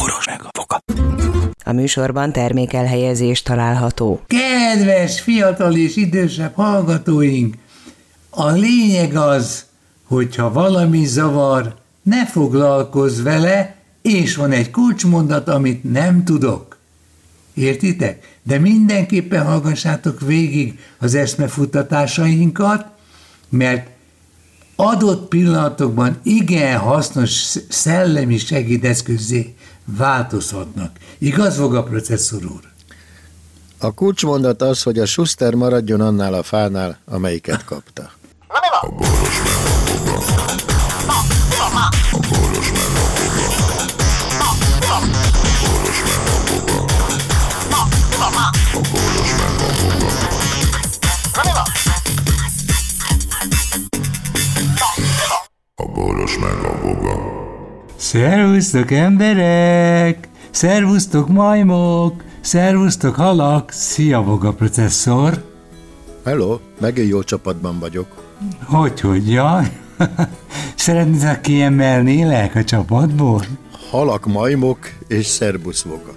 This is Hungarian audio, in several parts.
Boros meg a foka. A műsorban termékelhelyezés található. Kedves fiatal és idősebb hallgatóink, a lényeg az, hogyha valami zavar, ne foglalkozz vele, és van egy kulcsmondat, amit nem tudok. Értitek? De mindenképpen hallgassátok végig az eszmefuttatásainkat, mert adott pillanatokban igen hasznos szellemi segédeszközzé változhatnak. Igaz, Voga processzor úr? A kulcsmondat az, hogy a Schuster maradjon annál a fánál, amelyiket kapta. A boros meg a foga. A boros meg a foga. A boros meg a foga. A boros meg a foga. A boros meg a foga. Szervusztok emberek! Szervusztok majmok! Szervusztok halak! Szia, Voga processzor! Hello, megint jó csapatban vagyok. Hogy, jaj? Szeretnétek kiemelnélek a csapatból? Halak, majmok és szerbusz Voga.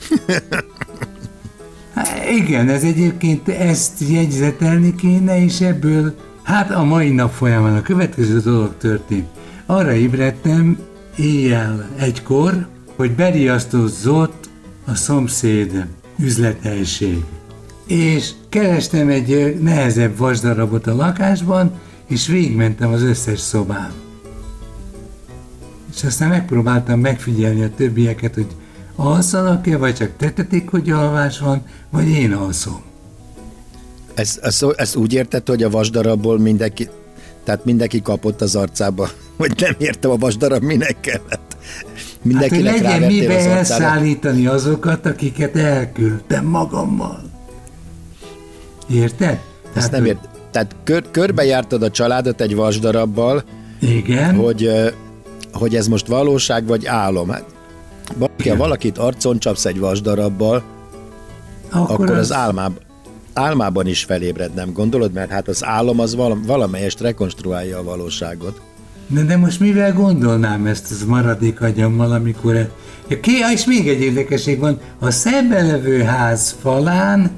Igen, ez egyébként ezt jegyzetelni kéne, és ebből hát a mai nap folyamán a következő dolog történt. Arra ébredtem éjjel egykor, hogy beriasztózott a szomszéd üzlethelység. És kerestem egy nehezebb vasdarabot a lakásban, és végigmentem az összes szobán. És aztán megpróbáltam megfigyelni a többieket, hogy alszanak-e, vagy csak tettetik, hogy alvás van, vagy én alszom. Ezt úgy érted, hogy a vasdarabból mindenki kapott az arcába, vagy nem értem a vasdarab minek kellett. Mindenkinek hát, hogy legyen mibe az elszállítani azokat, akiket elküldtem magammal. Érted? Ezt nem értem. Tehát körbejártad a családot egy vasdarabbal, igen. Hogy ez most valóság vagy álom. Hát, ha valakit arcon csapsz egy vasdarabbal, akkor az álmában is felébred, nem gondolod? Mert hát az álom az valamelyest rekonstruálja a valóságot. De most mivel gondolnám ezt az maradék agyammal, amikor... És még egy érdekesség van, a szemben levő ház falán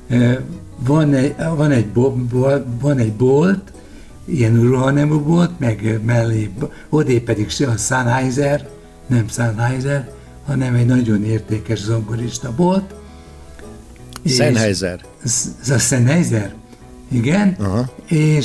van egy bolt, ilyen ruhanemű bolt, meg mellé, odébb pedig se a Sennheiser, nem Sennheiser, hanem egy nagyon értékes zongorista bolt. Sennheiser. Ez a Sennheiser? Igen. Aha.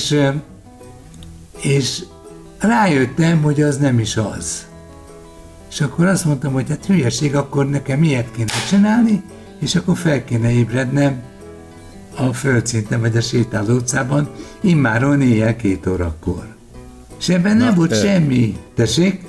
És rájöttem, hogy az nem is az. És akkor azt mondtam, hogy hát hülyeség, akkor nekem ilyet kéne csinálni, és akkor fel kéne ébrednem a földszinten vagy a sétáló utcában, immáron éjjel 2 órakor. És ebben nem volt semmi. Tessék?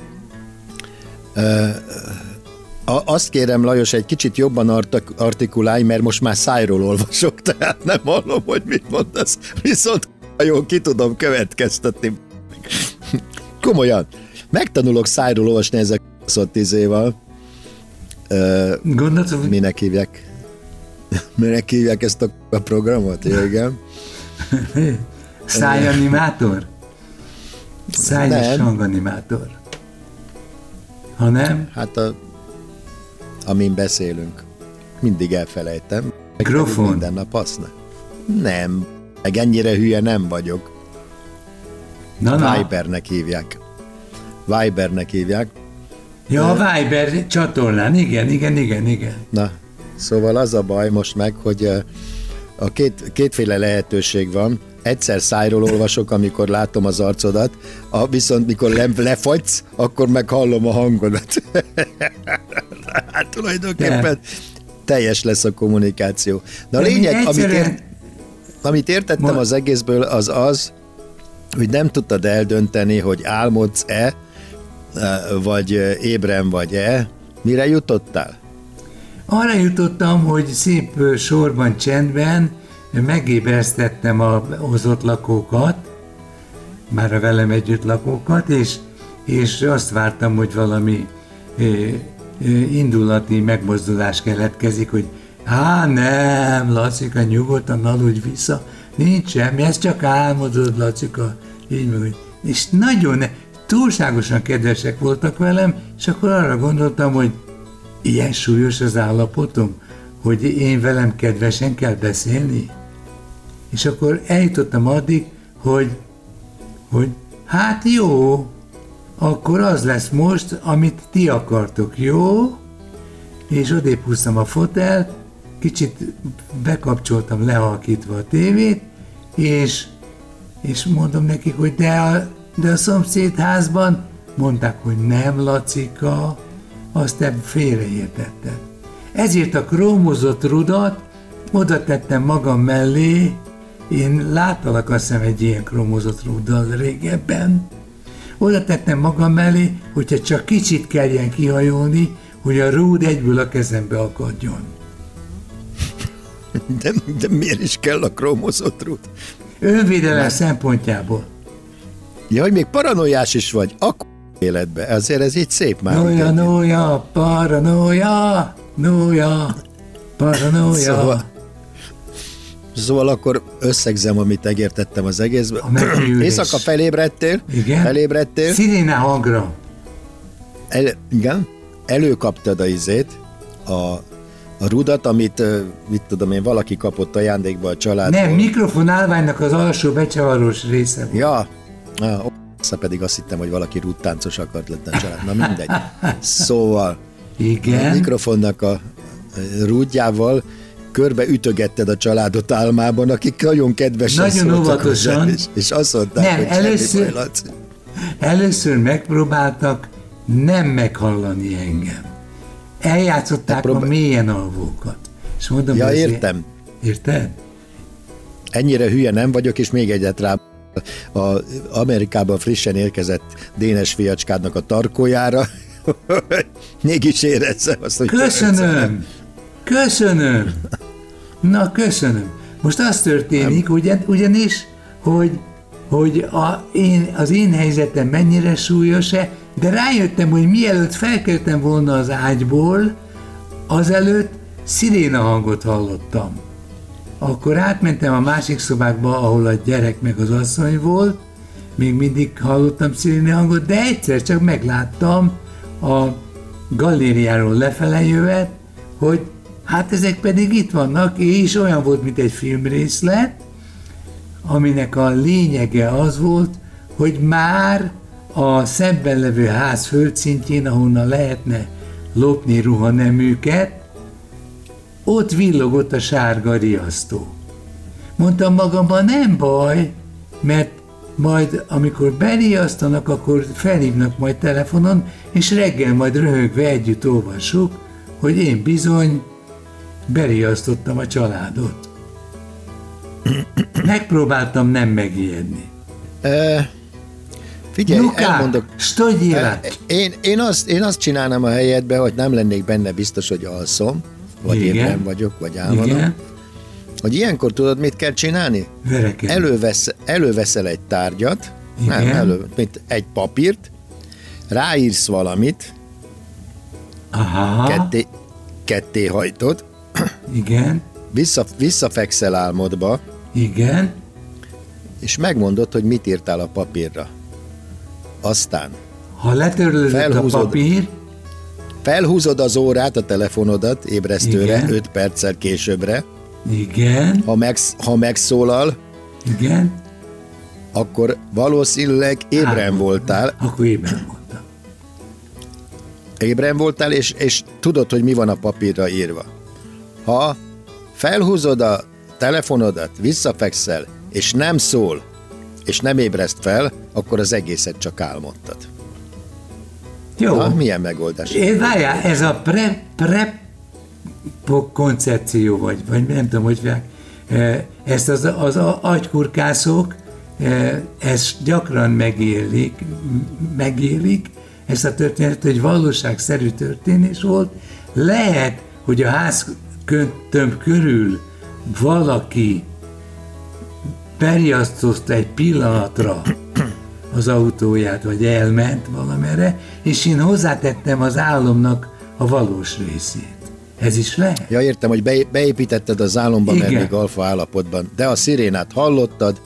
Azt kérem, Lajos, egy kicsit jobban artikulálj, mert most már szájról olvasok, tehát nem hallom, hogy mit mondasz. Viszont jól ki tudom következtetni. Komolyan, megtanulok szájról olvasni ezek a 10 évvel. Gondoltam, minek hívják? Minek hívják ezt a programot? Igen. Szájanimátor? Száj és hanganimátor. Ha nem? Hát amin beszélünk. Mindig elfelejtem. Mikrofon? Minden nap használ. Nem. Meg ennyire hülye nem vagyok. Vibernek hívják. Vibernek hívják. Ja, a Viber csatornán, igen. Na, szóval az a baj most meg, hogy a kétféle lehetőség van. Egyszer szájról olvasok, amikor látom az arcodat, viszont mikor lefagysz, akkor meg hallom a hangodat. Hát tulajdonképpen teljes lesz a kommunikáció. De a lényeg, amit értettem az egészből, az, hogy nem tudtad eldönteni, hogy álmodsz-e, vagy ébren vagy-e. Mire jutottál? Arra jutottam, hogy szép sorban, csendben megébresztettem az ott lakókat, már a velem együtt lakókat, és azt vártam, hogy valami indulati megmozdulás keletkezik, hogy nem, Lacika, nyugodtan aludj vissza, nincs semmi, ez csak álmodod, Lacika, így meg, és nagyon túlságosan kedvesek voltak velem, és akkor arra gondoltam, hogy ilyen súlyos az állapotom, hogy én velem kedvesen kell beszélni. És akkor eljutottam addig, hogy hát jó, akkor az lesz most, amit ti akartok, jó? És odébb húztam a fotelt, kicsit bekapcsoltam lehalkítva a tévét, és mondom nekik, hogy de a szomszédházban mondták, hogy nem, Lacika, azt te félreértetted. Ezért a krómozott rudat oda tettem magam mellé, én láttalak azt hiszem egy ilyen krómozott ruddal régebben, oda tettem magam mellé, hogyha csak kicsit kelljen kihajolni, hogy a rúd egyből a kezembe akadjon. De miért is kell a krómozott rúd? Önvédelem szempontjából. Ja, hogy még paranoiás is vagy, akkor életbe. Azért ez így szép már. Nója, paranoia. Szóval akkor összegzem, amit megértettem az egészben. Éjszaka felébredtél. Igen. Felébredtél. Sziréna hangra. Igen. Előkaptad a rudat, amit, mit tudom én, valaki kapott ajándékba a családból. Nem, mikrofonálványnak az alsó becsavarós része volt. Ja, pedig azt hittem, hogy valaki rúdtáncos akart lenni a család. Na mindegy. Szóval igen. A mikrofonnak a rúdjával körbe ütögetted a családot álmában, akik nagyon kedvesen nagyon szóltak óvatosan. hozzá, és azt mondták, nem, hogy először megpróbáltak nem meghallani engem. Eljátszották a mélyen alvókat. És mondom, ja, értem. Érted? Ennyire hülye nem vagyok, és még egyet rá az Amerikában frissen érkezett dénes fiacskádnak a tarkójára. Mégis érezzem azt, hogy... Köszönöm. Na, köszönöm. Most az történik, ugyanis, hogy az én helyzetem mennyire súlyos-e, de rájöttem, hogy mielőtt felkeltem volna az ágyból, azelőtt sziréna hangot hallottam. Akkor átmentem a másik szobákba, ahol a gyerek meg az asszony volt, még mindig hallottam sziréna hangot, de egyszer csak megláttam a galériáról lefele jövet, hogy hát ezek pedig itt vannak, és olyan volt, mint egy filmrészlet, aminek a lényege az volt, hogy már a szemben levő ház földszintjén, ahonnan lehetne lopni ruhaneműket, ott villogott a sárga riasztó. Mondtam magamban, nem baj, mert majd amikor beriasztanak, akkor felhívnak majd telefonon, és reggel majd röhögve együtt olvassuk, hogy én bizony beriasztottam a családot. Megpróbáltam nem megijedni. Figyelj, Luka, elmondok. Én azt csinálnám a helyedbe, hogy nem lennék benne biztos, hogy alszom, vagy ébren vagyok, vagy álmodom. Igen. Hogy ilyenkor tudod, mit kell csinálni? Előveszel egy tárgyat, mint egy papírt, ráírsz valamit, aha, ketté hajtod, igen, visszafekszel álmodba, igen, és megmondod, hogy mit írtál a papírra. Aztán ha letörlődött a papír, felhúzod az órát, a telefonodat ébresztőre, igen, 5 perccel későbbre. Igen. Ha megszólal, igen, akkor valószínűleg ébren voltál. Akkor ébren voltam. Ébren voltál, és tudod, hogy mi van a papírra írva. Ha felhúzod a telefonodat, visszafekszel, és nem szól, és nem ébreszt fel, akkor az egészet csak álmodtad. Jó. Na, milyen megoldás? Várjál, ez a koncepció, vagy nem tudom, hogy ezt az agykurkászok, ezt gyakran megélik, ezt a történetet, hogy valóságszerű történés volt. Lehet, hogy a háztömb körül valaki beriasztotta egy pillanatra az autóját, vagy elment valamerre, és én hozzátettem az álomnak a valós részét. Ez is lehet? Ja, értem, hogy beépítetted az álomba, mert még alfa állapotban, de a szirénát hallottad,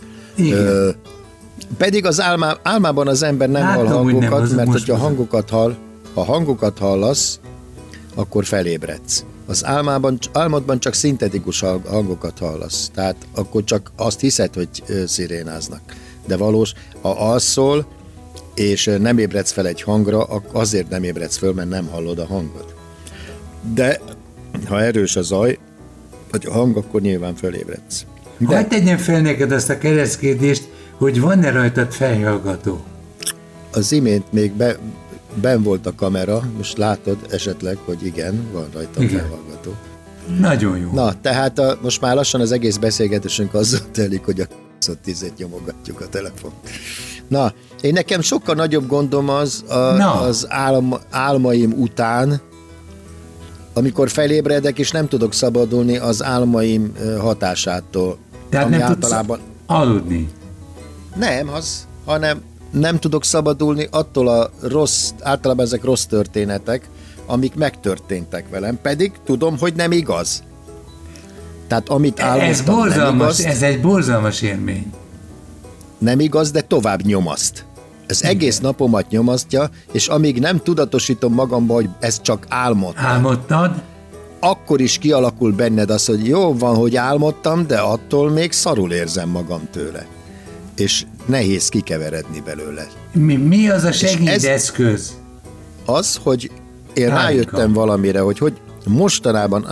pedig az álmában az ember nem hall hangokat, mert hogyha hangokat hallasz, akkor felébredsz. Az álmodban csak szintetikus hangokat hallasz, tehát akkor csak azt hiszed, hogy szirénáznak. De valós, ha alszol, és nem ébredsz fel egy hangra, azért nem ébredsz föl, mert nem hallod a hangot. De ha erős a zaj, vagy a hang, akkor nyilván fölébredsz. De... Hadd tegyem fel neked azt a keresztkérdést, hogy van-e rajtad fejhallgató? Az imént még benn volt a kamera, most látod esetleg, hogy igen, van rajta fejhallgató. Nagyon jó. Na, tehát most már lassan az egész beszélgetésünk azzal telik, hogy a 10-et nyomogatjuk a telefont. Na, én nekem sokkal nagyobb gondom az álmaim után, amikor felébredek, és nem tudok szabadulni az álmaim hatásától. Tehát nem általában... tudsz aludni? Nem, hanem nem tudok szabadulni attól a rossz, általában ezek rossz történetek, amik megtörténtek velem, pedig tudom, hogy nem igaz. Tehát amit álmodtam, nem igaz. Ez egy borzalmas élmény. Nem igaz, de tovább nyomaszt. Ez egész napomat nyomasztja, és amíg nem tudatosítom magamba, hogy ez csak álmodtad, akkor is kialakul benned az, hogy jó van, hogy álmodtam, de attól még szarul érzem magam tőle. És nehéz kikeveredni belőle. Mi az a segédeszköz? Az, hogy én rájöttem valamire, hogy mostanában,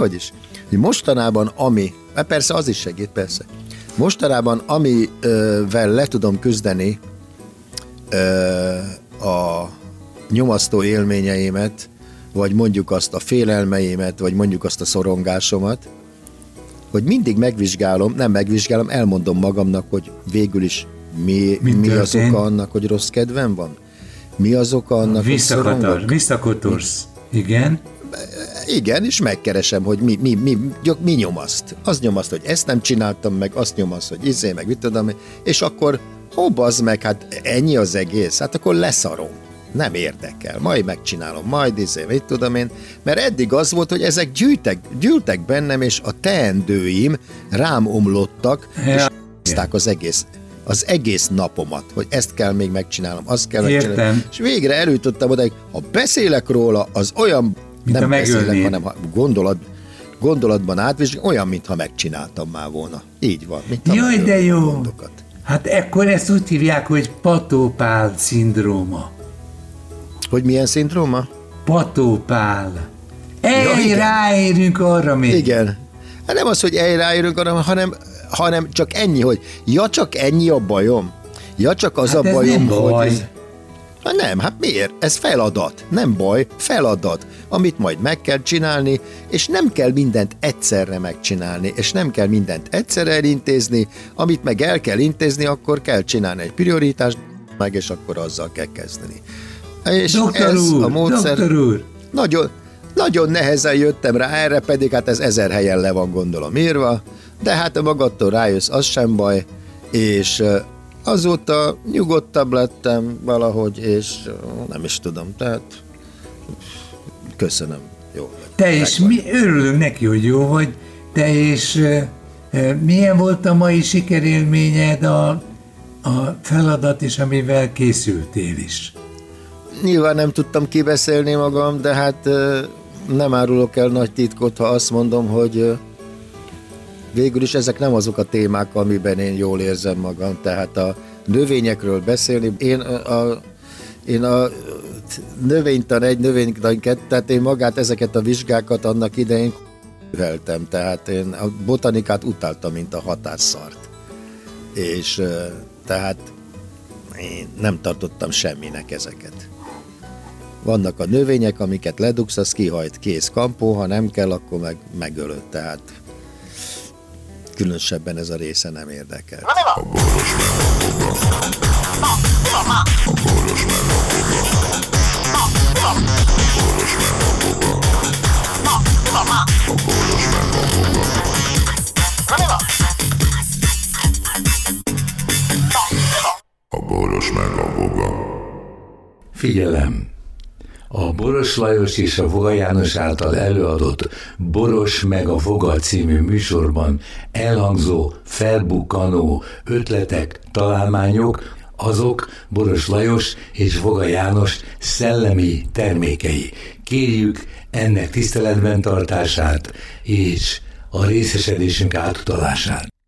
persze az is segít, persze. Mostanában, amivel le tudom küzdeni a nyomasztó élményeimet, vagy mondjuk azt a félelmeimet, vagy mondjuk azt a szorongásomat, hogy mindig elmondom magamnak, hogy végül is mi az oka annak, hogy rossz kedvem van? Mi az oka annak, hogy szorongok? Visszakotorsz. Igen. Igen, és megkeresem, hogy mi nyomaszt. Az nyomaszt, hogy ezt nem csináltam meg, azt nyomaszt, hogy meg mit tudom, és akkor bazd meg, hát ennyi az egész, hát akkor leszarom. Nem érdekel, majd megcsinálom, majd mit tudom én, mert eddig az volt, hogy ezek gyűltek bennem, és a teendőim rám omlottak, és hozták az egész napomat, hogy ezt kell még megcsinálnom, azt kell megcsinálnom. És végre eljutottam oda, hogy ha beszélek róla, az olyan, mint nem beszélek, hanem gondolatban átvizsgálom, olyan, mintha megcsináltam már volna. Így van. Jaj, de jó! Gondokat. Hát ekkor ezt úgy hívják, hogy Pató-Pál szindróma. Hogy milyen szindróma? Pató-Pál. Ráérünk arra még. Igen. Hát nem az, hogy ráérünk arra, hanem csak ennyi, hogy csak ennyi a bajom. Csak az a bajom, hogy... Nem, hát miért? Ez feladat. Nem baj, feladat, amit majd meg kell csinálni, és nem kell mindent egyszerre megcsinálni, és nem kell mindent egyszerre elintézni, amit meg el kell intézni, akkor kell csinálni egy prioritást, meg, és akkor azzal kell kezdeni. És doktor úr! Nagyon nehezen jöttem rá erre, pedig hát ez 1000 helyen le van, gondolom, írva, de hát magadtól rájössz, az sem baj, és azóta nyugodtabb lettem valahogy, és nem is tudom, tehát köszönöm, jó vagy. Te is, mi örülünk neki, hogy jó vagy, te és milyen volt a mai sikerélményed, a feladat is, amivel készültél is? Nyilván nem tudtam kibeszélni magam, de hát nem árulok el nagy titkot, ha azt mondom, hogy végül is ezek nem azok a témák, amiben én jól érzem magam, tehát a növényekről beszélni. Én a növénytan 1, növénytan 2, tehát én magát ezeket a vizsgákat annak idején veltem, tehát én a botanikát utáltam, mint a határszart. És tehát én nem tartottam semminek ezeket. Vannak a növények, amiket ledugsz, az kihajt, kész, kampó, ha nem kell, akkor meg megölöd, tehát különösebben ez a része nem érdekel. A boros meg a boga. Figyelem! A Boros Lajos és a Voga János által előadott Boros meg a Voga című műsorban elhangzó, felbukkanó ötletek, találmányok, azok Boros Lajos és Voga János szellemi termékei. Kérjük ennek tiszteletben tartását és a részesedésünk átutalását.